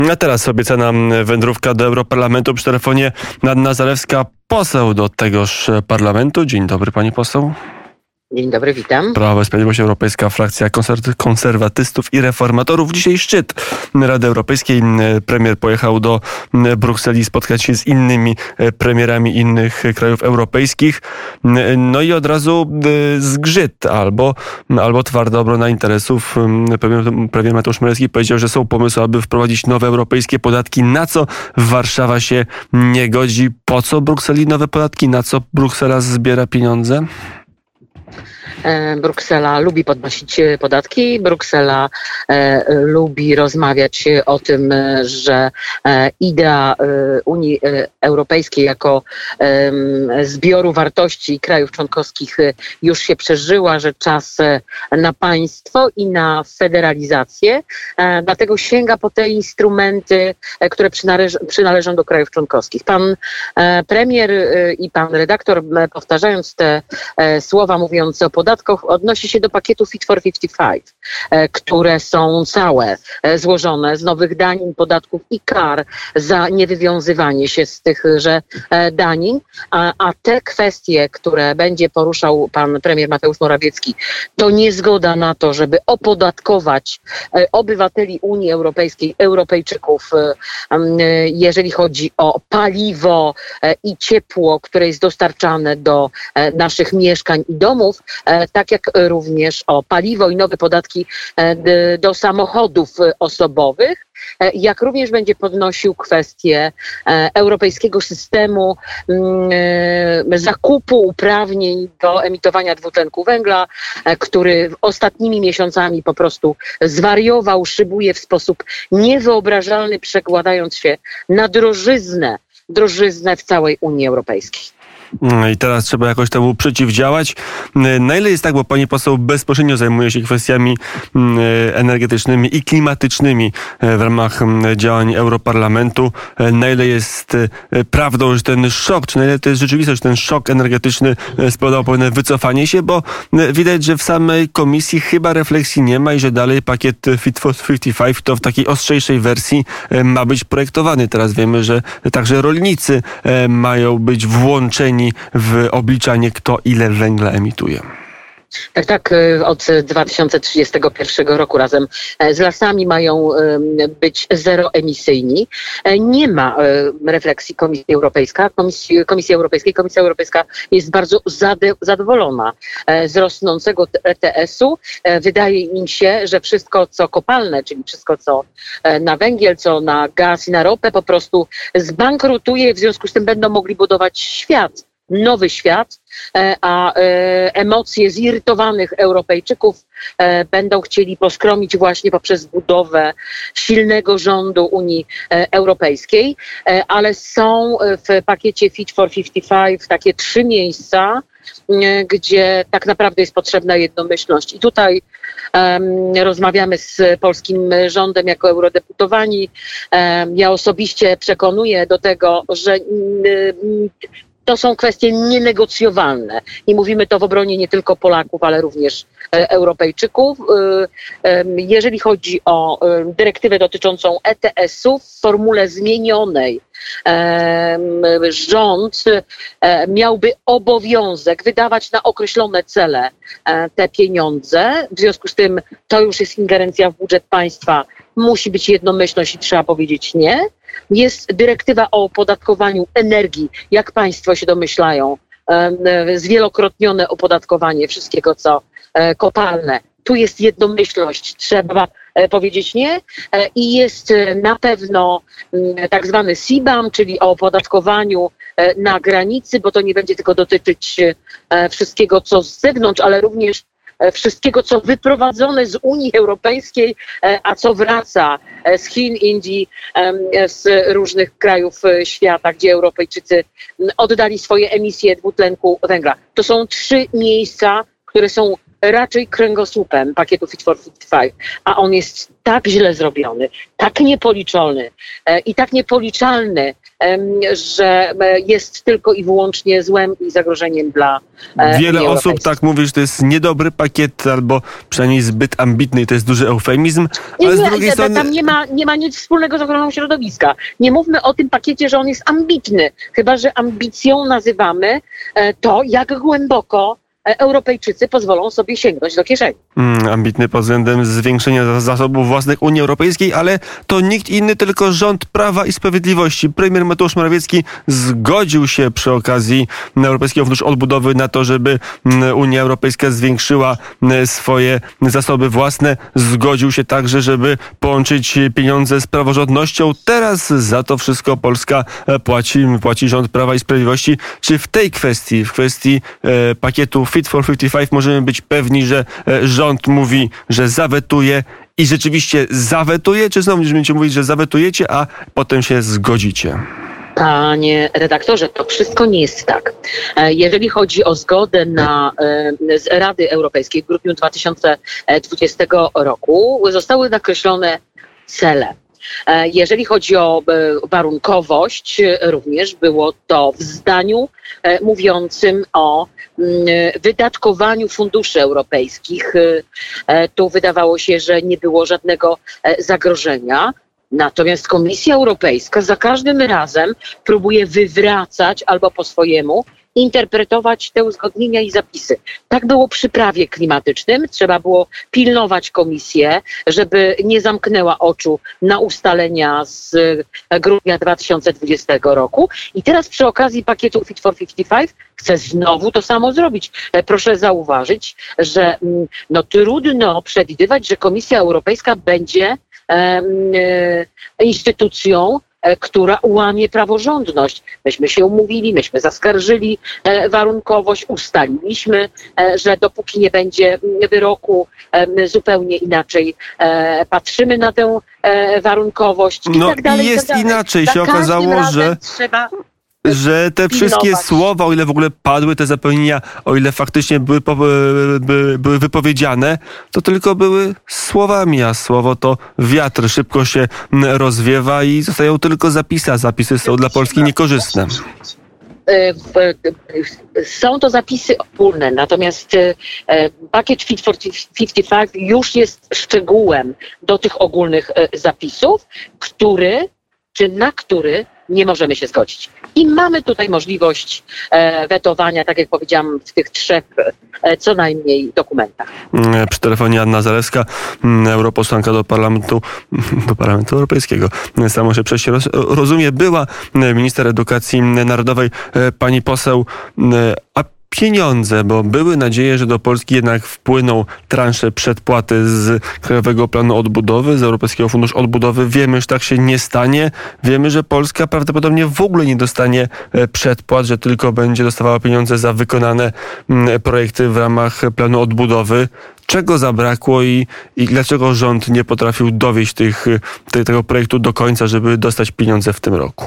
A teraz obiecana wędrówka do Europarlamentu. Przy telefonie Anna Zalewska, poseł do tegoż parlamentu. Dzień dobry, pani poseł. Dzień dobry, witam. Prawo i Sprawiedliwość, Europejska Frakcja Konserwatystów i Reformatorów. Dzisiaj szczyt Rady Europejskiej. Premier pojechał do Brukseli spotkać się z innymi premierami innych krajów europejskich. No i od razu zgrzyt albo twarda obrona interesów. Premier Mateusz Morawiecki powiedział, że są pomysły, aby wprowadzić nowe europejskie podatki. Na co Warszawa się nie godzi? Po co Brukseli nowe podatki? Na co Bruksela zbiera pieniądze? Bruksela lubi podnosić podatki, Bruksela lubi rozmawiać o tym, że idea Unii Europejskiej jako zbioru wartości krajów członkowskich już się przeżyła, że czas na państwo i na federalizację. Dlatego sięga po te instrumenty, które przynależą do krajów członkowskich. Pan premier i pan redaktor, powtarzając te słowa mówiące o podatkach, odnosi się do pakietu Fit for 55, które są całe złożone z nowych danin, podatków i kar za niewywiązywanie się z tychże danin, a te kwestie, które będzie poruszał pan premier Mateusz Morawiecki, to niezgoda na to, żeby opodatkować obywateli Unii Europejskiej, Europejczyków, jeżeli chodzi o paliwo i ciepło, które jest dostarczane do naszych mieszkań i domów, tak jak również o paliwo i nowe podatki do samochodów osobowych, jak również będzie podnosił kwestię europejskiego systemu zakupu uprawnień do emitowania dwutlenku węgla, który ostatnimi miesiącami po prostu zwariował, szybuje w sposób niewyobrażalny, przekładając się na drożyznę w całej Unii Europejskiej. I teraz trzeba jakoś temu przeciwdziałać. Na ile jest tak, bo pani poseł bezpośrednio zajmuje się kwestiami energetycznymi i klimatycznymi w ramach działań Europarlamentu, na ile jest prawdą, że ten szok, czy na ile to jest rzeczywistość, że ten szok energetyczny spowodował pewne wycofanie się, bo widać, że w samej komisji chyba refleksji nie ma i że dalej pakiet Fit for 55 to w takiej ostrzejszej wersji ma być projektowany. Teraz wiemy, że także rolnicy mają być włączeni w obliczanie, kto ile węgla emituje. Tak, od 2031 roku razem z lasami mają być zeroemisyjni. Nie ma refleksji Komisji Europejskiej. Komisja Europejska jest bardzo zadowolona z rosnącego ETS-u. Wydaje im się, że wszystko co kopalne, czyli wszystko co na węgiel, co na gaz i na ropę po prostu zbankrutuje, w związku z tym będą mogli budować nowy świat, a emocje zirytowanych Europejczyków będą chcieli poskromić właśnie poprzez budowę silnego rządu Unii Europejskiej, ale są w pakiecie Fit for 55 takie 3 miejsca, gdzie tak naprawdę jest potrzebna jednomyślność. I tutaj rozmawiamy z polskim rządem jako eurodeputowani. Ja osobiście przekonuję do tego, że to są kwestie nienegocjowalne i mówimy to w obronie nie tylko Polaków, ale również Europejczyków. Jeżeli chodzi o dyrektywę dotyczącą ETS-u w formule zmienionej, rząd miałby obowiązek wydawać na określone cele te pieniądze. W związku z tym to już jest ingerencja w budżet państwa. Musi być jednomyślność i trzeba powiedzieć nie. Jest dyrektywa o opodatkowaniu energii, jak państwo się domyślają, zwielokrotnione opodatkowanie wszystkiego, co kopalne. Tu jest jednomyślność, trzeba powiedzieć nie. I jest na pewno tak zwany CBAM, czyli o opodatkowaniu na granicy, bo to nie będzie tylko dotyczyć wszystkiego, co z zewnątrz, ale również wszystkiego, co wyprowadzone z Unii Europejskiej, a co wraca z Chin, Indii, z różnych krajów świata, gdzie Europejczycy oddali swoje emisje dwutlenku węgla. To są 3 miejsca, które są raczej kręgosłupem pakietu Fit for 55, a on jest tak źle zrobiony, tak niepoliczalny i tak niepoliczalny że jest tylko i wyłącznie złem i zagrożeniem dla Wiele Unii osób Europejskiej. tak mówi, że to jest niedobry pakiet albo przynajmniej zbyt ambitny i to jest duży eufemizm, ale z drugiej strony... Tam nie ma nic wspólnego z ochroną środowiska. Nie mówmy o tym pakiecie, że on jest ambitny, chyba że ambicją nazywamy to, jak głęboko Europejczycy pozwolą sobie sięgnąć do kieszeni. Ambitny pod względem zwiększenia zasobów własnych Unii Europejskiej, ale to nikt inny, tylko rząd Prawa i Sprawiedliwości. Premier Mateusz Morawiecki zgodził się przy okazji Europejskiego Funduszu Odbudowy na to, żeby Unia Europejska zwiększyła swoje zasoby własne. Zgodził się także, żeby połączyć pieniądze z praworządnością. Teraz za to wszystko Polska płaci rząd Prawa i Sprawiedliwości. Czy w tej kwestii, w kwestii pakietu Fit for 55 możemy być pewni, że rząd mówi, że zawetuje i rzeczywiście zawetuje, czy znowu będziecie mówić, że zawetujecie, a potem się zgodzicie? Panie redaktorze, to wszystko nie jest tak. Jeżeli chodzi o zgodę z Rady Europejskiej w grudniu 2020 roku, zostały nakreślone cele. Jeżeli chodzi o warunkowość, również było to w zdaniu mówiącym o wydatkowaniu funduszy europejskich. Tu wydawało się, że nie było żadnego zagrożenia. Natomiast Komisja Europejska za każdym razem próbuje wywracać albo po swojemu interpretować te uzgodnienia i zapisy. Tak było przy prawie klimatycznym. Trzeba było pilnować komisję, żeby nie zamknęła oczu na ustalenia z grudnia 2020 roku. I teraz przy okazji pakietu Fit for 55 chce znowu to samo zrobić. Proszę zauważyć, że trudno przewidywać, że Komisja Europejska będzie instytucją, która łamie praworządność. Myśmy się umówili, myśmy zaskarżyli warunkowość, ustaliliśmy, że dopóki nie będzie wyroku, zupełnie inaczej patrzymy na tę warunkowość i tak dalej. Jest i tak dalej. inaczej. Się okazało, że te wszystkie słowa, o ile w ogóle padły, te zapewnienia, o ile faktycznie były wypowiedziane, to tylko były słowami, a słowo to wiatr. Szybko się rozwiewa i zostają tylko zapisy, a zapisy są dla Polski niekorzystne. Są to zapisy ogólne, natomiast pakiet Fit for 55 już jest szczegółem do tych ogólnych zapisów, na który nie możemy się zgodzić. I mamy tutaj możliwość wetowania, tak jak powiedziałam, w tych 3 co najmniej dokumentach. Przy telefonie Anna Zalewska, europosłanka do Parlamentu Europejskiego. Samo się przecież rozumie. Była minister edukacji narodowej, pani poseł, a pieniądze, bo były nadzieje, że do Polski jednak wpłyną transze przedpłaty z Krajowego Planu Odbudowy, z Europejskiego Funduszu Odbudowy. Wiemy, że tak się nie stanie. Wiemy, że Polska prawdopodobnie w ogóle nie dostanie przedpłat, że tylko będzie dostawała pieniądze za wykonane projekty w ramach Planu Odbudowy. Czego zabrakło i dlaczego rząd nie potrafił dowieść tego projektu do końca, żeby dostać pieniądze w tym roku?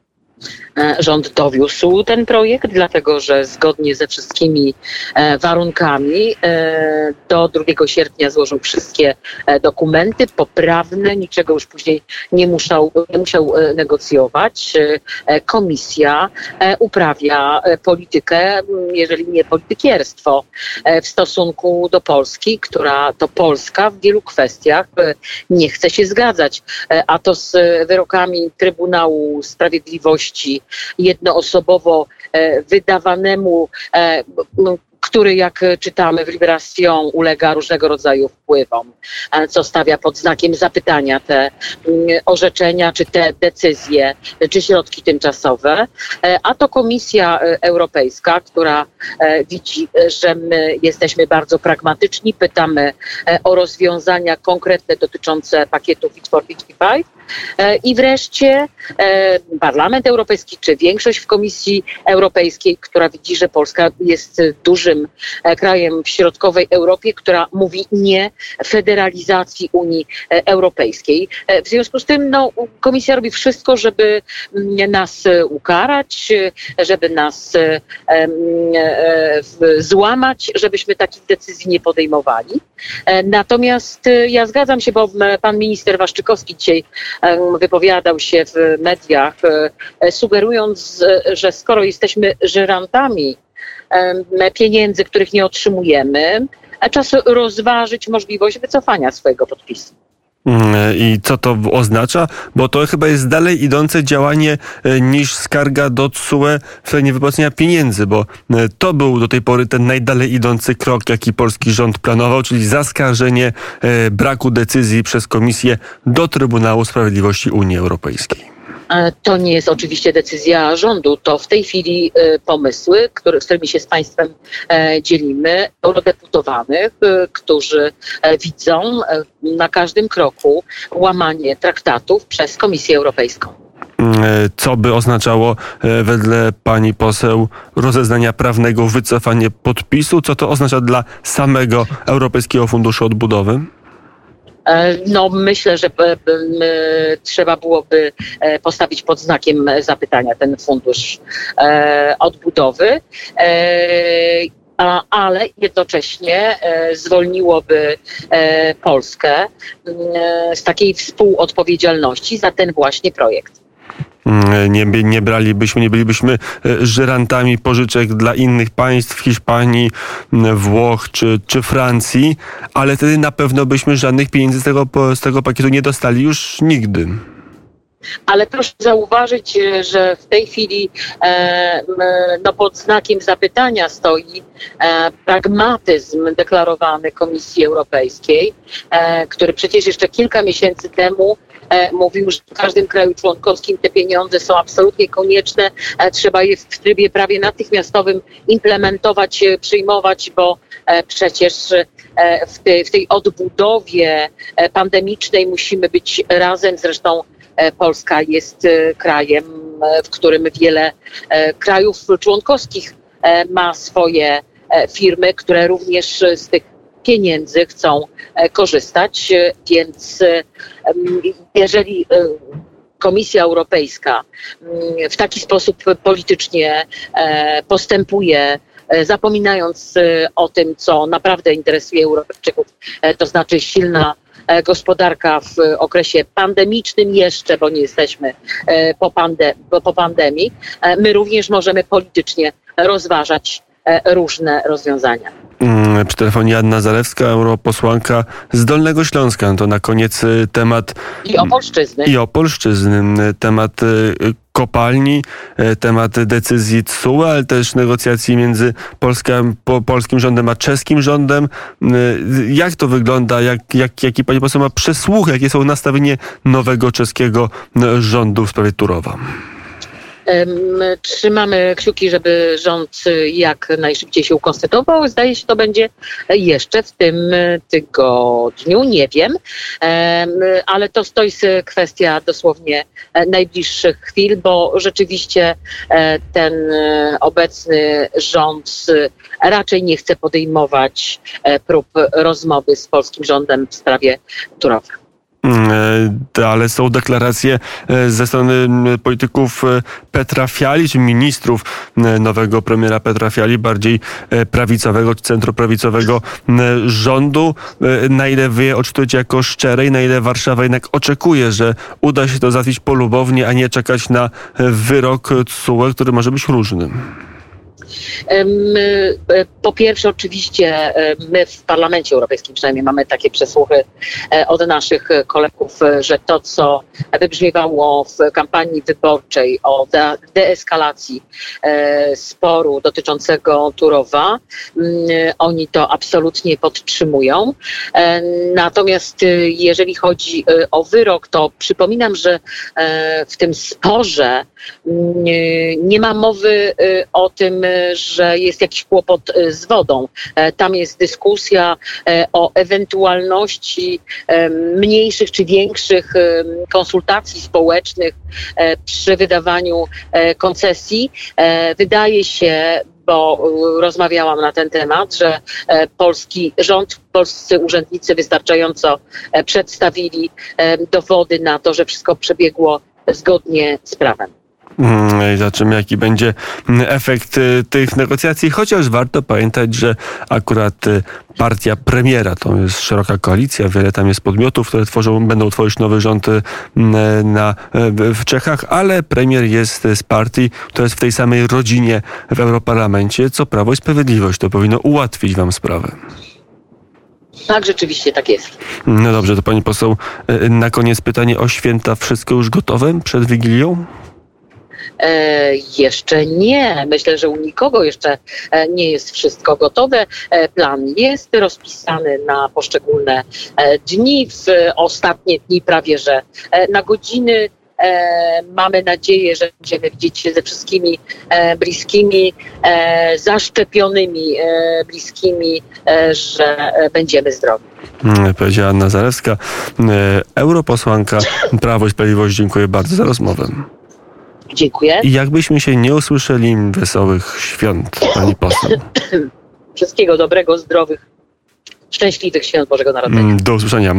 Rząd dowiózł ten projekt, dlatego że zgodnie ze wszystkimi warunkami do 2 sierpnia złożył wszystkie dokumenty poprawne, niczego już później nie musiał negocjować. Komisja uprawia politykę, jeżeli nie politykierstwo, w stosunku do Polski, która to Polska w wielu kwestiach nie chce się zgadzać, a to z wyrokami Trybunału Sprawiedliwości jednoosobowo wydawanemu, który, jak czytamy w Libération, ulega różnego rodzaju wpływom, co stawia pod znakiem zapytania te orzeczenia, czy te decyzje, czy środki tymczasowe. A to Komisja Europejska, która widzi, że my jesteśmy bardzo pragmatyczni, pytamy o rozwiązania konkretne dotyczące pakietu Fit for 55. I wreszcie Parlament Europejski, czy większość w Komisji Europejskiej, która widzi, że Polska jest dużym krajem w środkowej Europie, która mówi nie federalizacji Unii Europejskiej. W związku z tym Komisja robi wszystko, żeby nas ukarać, żeby nas złamać, żebyśmy takich decyzji nie podejmowali. Natomiast ja zgadzam się, bo pan minister Waszczykowski dzisiaj wypowiadał się w mediach, sugerując, że skoro jesteśmy żyrantami pieniędzy, których nie otrzymujemy, czas rozważyć możliwość wycofania swojego podpisu. I co to oznacza? Bo to chyba jest dalej idące działanie niż skarga do TSUE w niewypłacenia pieniędzy, bo to był do tej pory ten najdalej idący krok, jaki polski rząd planował, czyli zaskarżenie braku decyzji przez Komisję do Trybunału Sprawiedliwości Unii Europejskiej. To nie jest oczywiście decyzja rządu, to w tej chwili pomysły, z którymi się z państwem dzielimy, eurodeputowanych, którzy widzą na każdym kroku łamanie traktatów przez Komisję Europejską. Co by oznaczało wedle pani poseł rozeznania prawnego wycofanie podpisu? Co to oznacza dla samego Europejskiego Funduszu Odbudowy? No, myślę, że trzeba byłoby postawić pod znakiem zapytania ten fundusz odbudowy, ale jednocześnie zwolniłoby Polskę z takiej współodpowiedzialności za ten właśnie projekt. Nie bylibyśmy żyrantami pożyczek dla innych państw, Hiszpanii, Włoch czy Francji, ale wtedy na pewno byśmy żadnych pieniędzy z tego pakietu nie dostali już nigdy. Ale proszę zauważyć, że w tej chwili pod znakiem zapytania stoi pragmatyzm deklarowany Komisji Europejskiej, który przecież jeszcze kilka miesięcy temu mówił, że w każdym kraju członkowskim te pieniądze są absolutnie konieczne. Trzeba je w trybie prawie natychmiastowym implementować, przyjmować, bo przecież w tej odbudowie pandemicznej musimy być razem. Zresztą Polska jest krajem, w którym wiele krajów członkowskich ma swoje firmy, które również z tych pieniędzy chcą korzystać, więc jeżeli Komisja Europejska w taki sposób politycznie postępuje, zapominając o tym, co naprawdę interesuje Europejczyków, to znaczy silna gospodarka w okresie pandemicznym jeszcze, bo nie jesteśmy po pandemii, my również możemy politycznie rozważać różne rozwiązania. Przy telefonie Anna Zalewska, europosłanka z Dolnego Śląska. To na koniec temat... I Opolszczyzny. Temat kopalni, temat decyzji TSUE, ale też negocjacji między polskim rządem a czeskim rządem. Jak to wygląda? Jaki pani poseł ma przesłuch? Jakie są nastawienie nowego czeskiego rządu w sprawie Turowa? Trzymamy kciuki, żeby rząd jak najszybciej się ukonstytuował. Zdaje się, to będzie jeszcze w tym tygodniu, nie wiem, ale to jest kwestia dosłownie najbliższych chwil, bo rzeczywiście ten obecny rząd raczej nie chce podejmować prób rozmowy z polskim rządem w sprawie Turowa. Ale są deklaracje ze strony polityków Petra Fiali, czy ministrów nowego premiera Petra Fiali, bardziej prawicowego, czy centroprawicowego rządu. Na ile wy je odczytujecie jako szczere i na ile Warszawa jednak oczekuje, że uda się to załatwić polubownie, a nie czekać na wyrok TSUE, który może być różny? Po pierwsze, oczywiście my w Parlamencie Europejskim przynajmniej mamy takie przesłuchy od naszych kolegów, że to, co wybrzmiewało w kampanii wyborczej o deeskalacji sporu dotyczącego Turowa, oni to absolutnie podtrzymują. Natomiast jeżeli chodzi o wyrok, to przypominam, że w tym sporze nie ma mowy o tym, że jest jakiś kłopot z wodą. Tam jest dyskusja o ewentualności mniejszych czy większych konsultacji społecznych przy wydawaniu koncesji. Wydaje się, bo rozmawiałam na ten temat, że polski rząd, polscy urzędnicy wystarczająco przedstawili dowody na to, że wszystko przebiegło zgodnie z prawem. Zobaczymy, jaki będzie efekt tych negocjacji, chociaż warto pamiętać, że akurat partia premiera to jest szeroka koalicja, wiele tam jest podmiotów, które będą tworzyć nowy rząd w Czechach, ale premier jest z partii, która jest w tej samej rodzinie w Europarlamencie, co Prawo i Sprawiedliwość. To powinno ułatwić wam sprawę. Tak, rzeczywiście tak jest. No dobrze, to pani poseł, na koniec pytanie o święta. Wszystko już gotowe przed Wigilią? Jeszcze nie. Myślę, że u nikogo jeszcze nie jest wszystko gotowe. Plan jest rozpisany na poszczególne dni, w ostatnie dni prawie że na godziny. Mamy nadzieję, że będziemy widzieć się ze wszystkimi bliskimi, zaszczepionymi bliskimi, że będziemy zdrowi. Powiedziała Anna Zalewska, europosłanka Prawo i Sprawiedliwość. Dziękuję bardzo za rozmowę. Dziękuję. I jakbyśmy się nie usłyszeli, wesołych świąt, pani poseł. Wszystkiego dobrego, zdrowych, szczęśliwych świąt Bożego Narodzenia. Do usłyszenia.